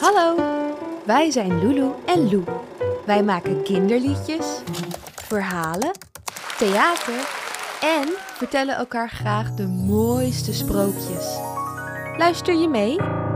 Hallo, wij zijn Lulu en Lou. Wij maken kinderliedjes, verhalen, theater en vertellen elkaar graag de mooiste sprookjes. Luister je mee?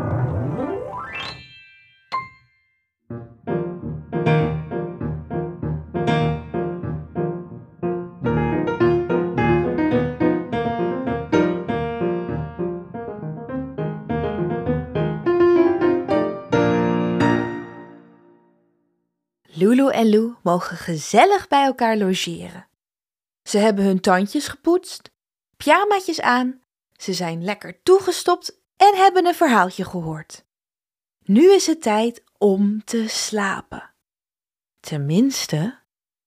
Lulu en Lou mogen gezellig bij elkaar logeren. Ze hebben hun tandjes gepoetst, pyjamaatjes aan, ze zijn lekker toegestopt en hebben een verhaaltje gehoord. Nu is het tijd om te slapen. Tenminste...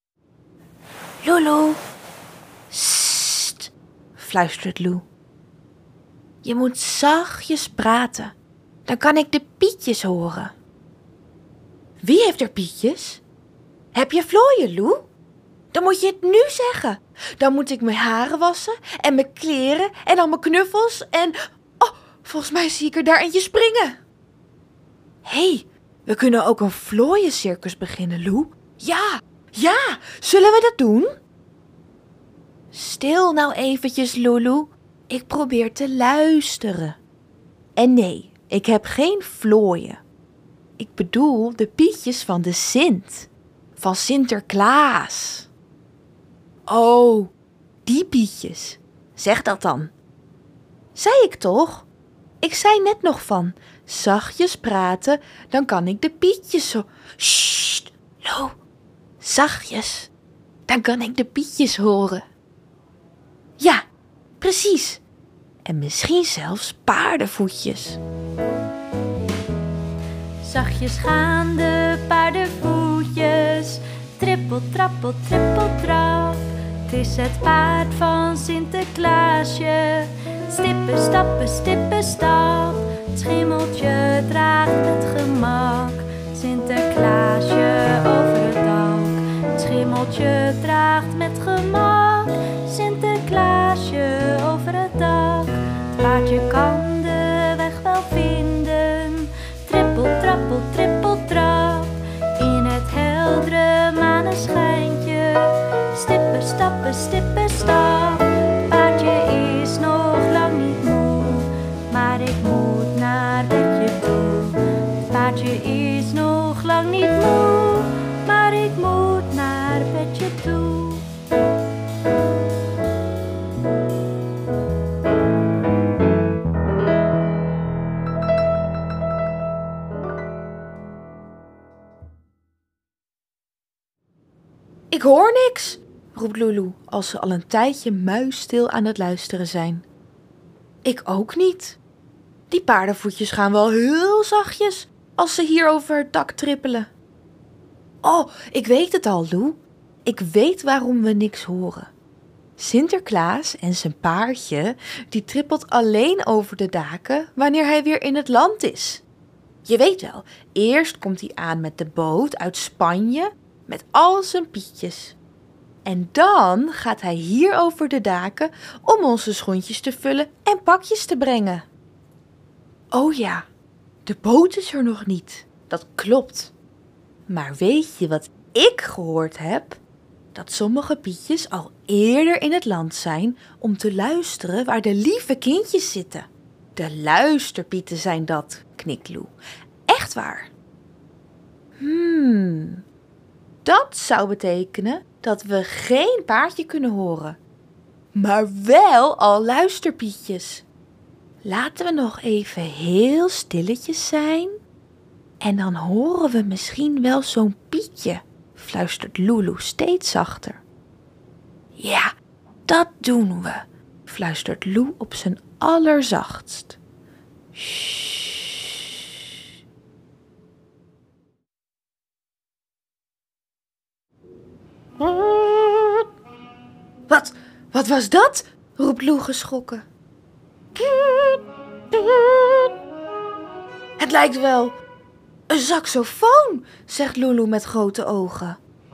Lulu, sst, fluistert Lou. Je moet zachtjes praten, dan kan ik de pietjes horen. Wie heeft er pietjes? Heb je vlooien, Lou? Dan moet je het nu zeggen. Dan moet ik mijn haren wassen en mijn kleren en al mijn knuffels en... Oh, volgens mij zie ik er daar eentje springen. Hé, we kunnen ook een vlooiencircus beginnen, Lou. Ja, zullen we dat doen? Stil nou eventjes, Lulu. Ik probeer te luisteren. En nee, ik heb geen vlooien. Ik bedoel de pietjes van de Sint. Van Sinterklaas. Oh, die pietjes. Zeg dat dan. Zei ik toch? Ik zei net nog van zachtjes praten, dan kan ik de pietjes zo... Sst, Lou. Zachtjes. Dan kan ik de pietjes horen. Ja, precies. En misschien zelfs paardenvoetjes. Zachtjes gaan de paardenvoetjes, trippel, trappel, trippel, trap. Het is het paard van Sinterklaasje, stippen, stappen, stippen, stap. Het schimmeltje draagt met gemak Sinterklaasje over het dak. Het schimmeltje draagt met gemak Sinterklaasje over het dak. Het paardje kan de weg wel vinden, trippel, trappel, trippel, trap. In het heldere maneschijntje, stippen, stappen, stippen, stap. Het paardje is nog lang niet moe, maar ik moet naar bedje toe. Het paardje is nog lang niet moe, maar ik moet naar bedje toe. Ik hoor niks, roept Lulu als ze al een tijdje muisstil aan het luisteren zijn. Ik ook niet. Die paardenvoetjes gaan wel heel zachtjes als ze hier over het dak trippelen. Oh, ik weet het al, Lou. Ik weet waarom we niks horen. Sinterklaas en zijn paardje, die trippelt alleen over de daken wanneer hij weer in het land is. Je weet wel, eerst komt hij aan met de boot uit Spanje met al zijn pietjes. En dan gaat hij hier over de daken om onze schoentjes te vullen en pakjes te brengen. Oh ja, de boot is er nog niet. Dat klopt. Maar weet je wat ik gehoord heb? Dat sommige pietjes al eerder in het land zijn om te luisteren waar de lieve kindjes zitten. De luisterpieten zijn dat, knikt Lou. Echt waar. Dat zou betekenen dat we geen paardje kunnen horen, maar wel al luisterpietjes. Laten we nog even heel stilletjes zijn en dan horen we misschien wel zo'n pietje, fluistert Lulu steeds zachter. Ja, dat doen we, fluistert Lou op zijn allerzachtst. Shh. Wat was dat? Roept Lou geschrokken. Het lijkt wel een saxofoon, zegt Lulu met grote ogen.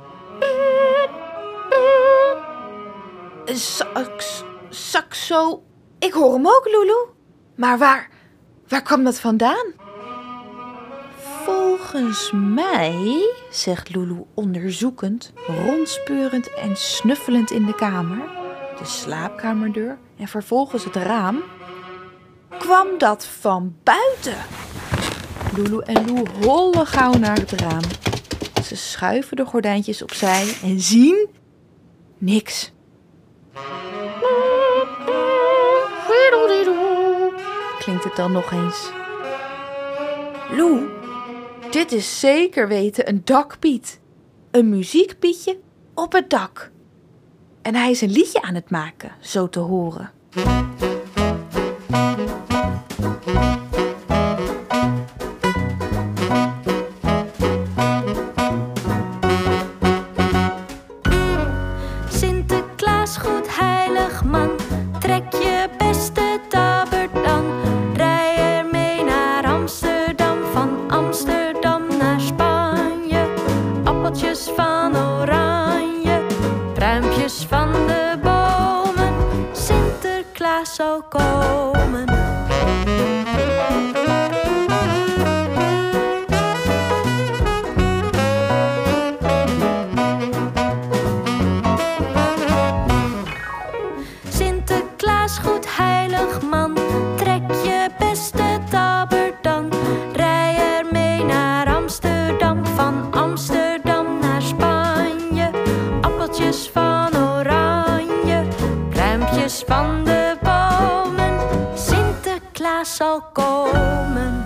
Een saxo... Ik hoor hem ook, Lulu. Maar waar kwam dat vandaan? Volgens mij, zegt Lulu onderzoekend, rondspeurend en snuffelend in de kamer, de slaapkamerdeur en vervolgens het raam, kwam dat van buiten. Lulu en Lou hollen gauw naar het raam. Ze schuiven de gordijntjes opzij en zien niks. Klinkt het dan nog eens. Lou, dit is zeker weten een dakpiet. Een muziekpietje op het dak. En hij is een liedje aan het maken, zo te horen. Sinterklaas, goed heilig man, trek je beste tabbert dan. Rij er mee naar Amsterdam, van Amsterdam naar Spanje. Appeltjes van oranje, pruimpjes van de bomen. Sinterklaas zal komen. Sinterklaas, goed heilig man, trek je beste tabbert dan. Rij er mee naar Amsterdam, van Amsterdam naar Spanje. Appeltjes van oranje, pruimpjes van de bomen. Sinterklaas zal komen.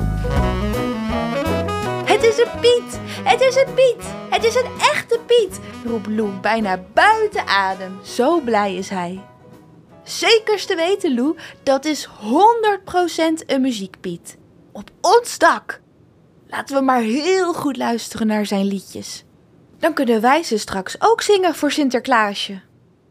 Het is een Piet! Het is een Piet! Het is een echte Piet! Roept Lou bijna buiten adem. Zo blij is hij. Zekers te weten, Lou, dat is 100% een muziekpiet. Op ons dak. Laten we maar heel goed luisteren naar zijn liedjes. Dan kunnen wij ze straks ook zingen voor Sinterklaasje.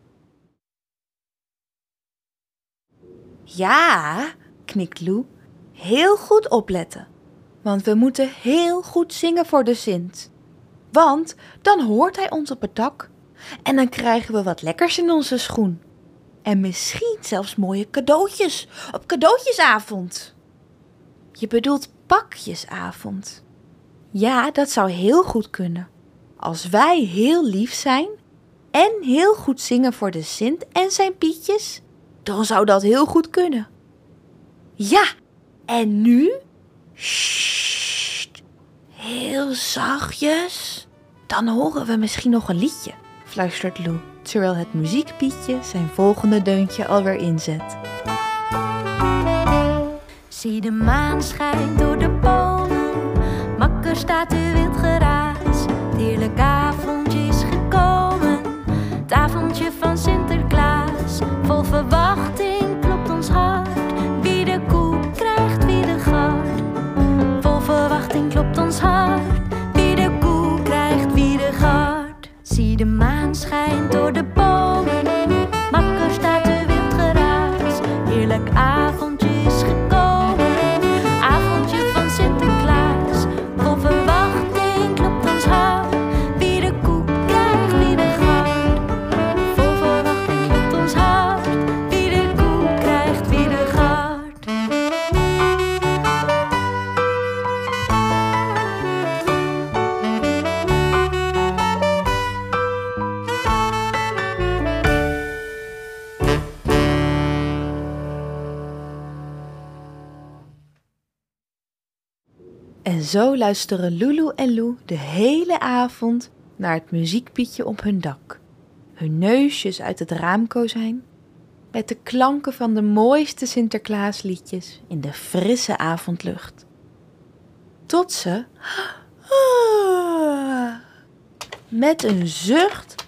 Ja, knikt Lou. Heel goed opletten. Want we moeten heel goed zingen voor de Sint. Want dan hoort hij ons op het dak. En dan krijgen we wat lekkers in onze schoen. En misschien zelfs mooie cadeautjes op cadeautjesavond. Je bedoelt pakjesavond. Ja, dat zou heel goed kunnen. Als wij heel lief zijn en heel goed zingen voor de Sint en zijn Pietjes, dan zou dat heel goed kunnen. Ja, en nu? Sst, heel zachtjes. Dan horen we misschien nog een liedje, fluistert Lou, terwijl het muziekpietje zijn volgende deuntje alweer inzet. Zie de maan schijnt door de bomen, makker staat u wild geraas. Het heerlijk avondje is gekomen, het avondje van Sinterklaas. Vol verwachting klopt ons hart, wie de koek krijgt, wie de gart. Vol verwachting klopt ons hart, wie de koek krijgt, wie de gart. Zie de maan schijnt door de bomen, makker staat u wild geraas. Heerlijk avondje is gekomen, avondje van Sinterklaas. Vol verwachting klopt ons hart, wie de koek krijgt, wie de gart. Vol verwachting klopt ons hart, wie de koek krijgt, wie de gart. En zo luisteren Lulu en Lou de hele avond naar het muziekpietje op hun dak. Hun neusjes uit het raamkozijn, met de klanken van de mooiste Sinterklaasliedjes in de frisse avondlucht. Tot ze met een zucht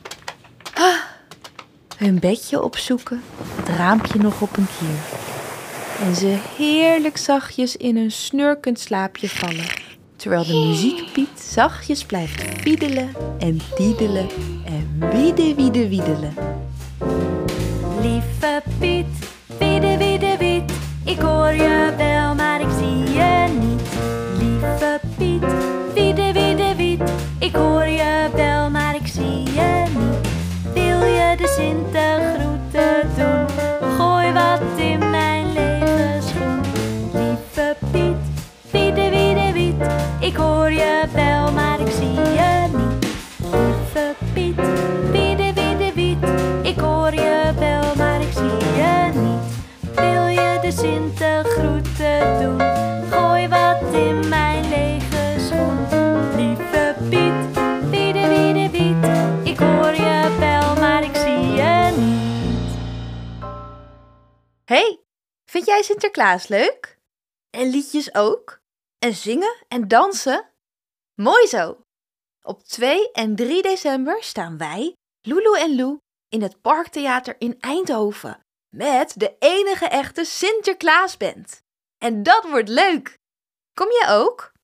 hun bedje opzoeken, het raampje nog op een kier. En ze heerlijk zachtjes in een snurkend slaapje vallen, terwijl de muziekpiet zachtjes blijft fiedelen en diedelen en wiedelen. Lieve Piet, wiede, ik hoor je wel, maar ik zie je niet. Lieve Piet, wiede, ik hoor je wel, maar ik zie je niet. Wil je de Sint de groeten doen? Gooi wat in mijn lege schoen. Lieve Piet, wiede, Ik hoor je wel, maar ik zie je niet. Lieve Piet, wiede, wiede, wiet. Ik hoor je wel, maar ik zie je niet. Wil je de Sintergroeten doen? Gooi wat in mijn lege schoen. Lieve Piet, wiede, wiede, wiet. Ik hoor je wel, maar ik zie je niet. Hey, vind jij Sinterklaas leuk? En liedjes ook? En zingen en dansen? Mooi zo! Op 2 en 3 december staan wij, Lulu en Lou, in het Parktheater in Eindhoven met de enige echte Sinterklaasband. En dat wordt leuk! Kom je ook?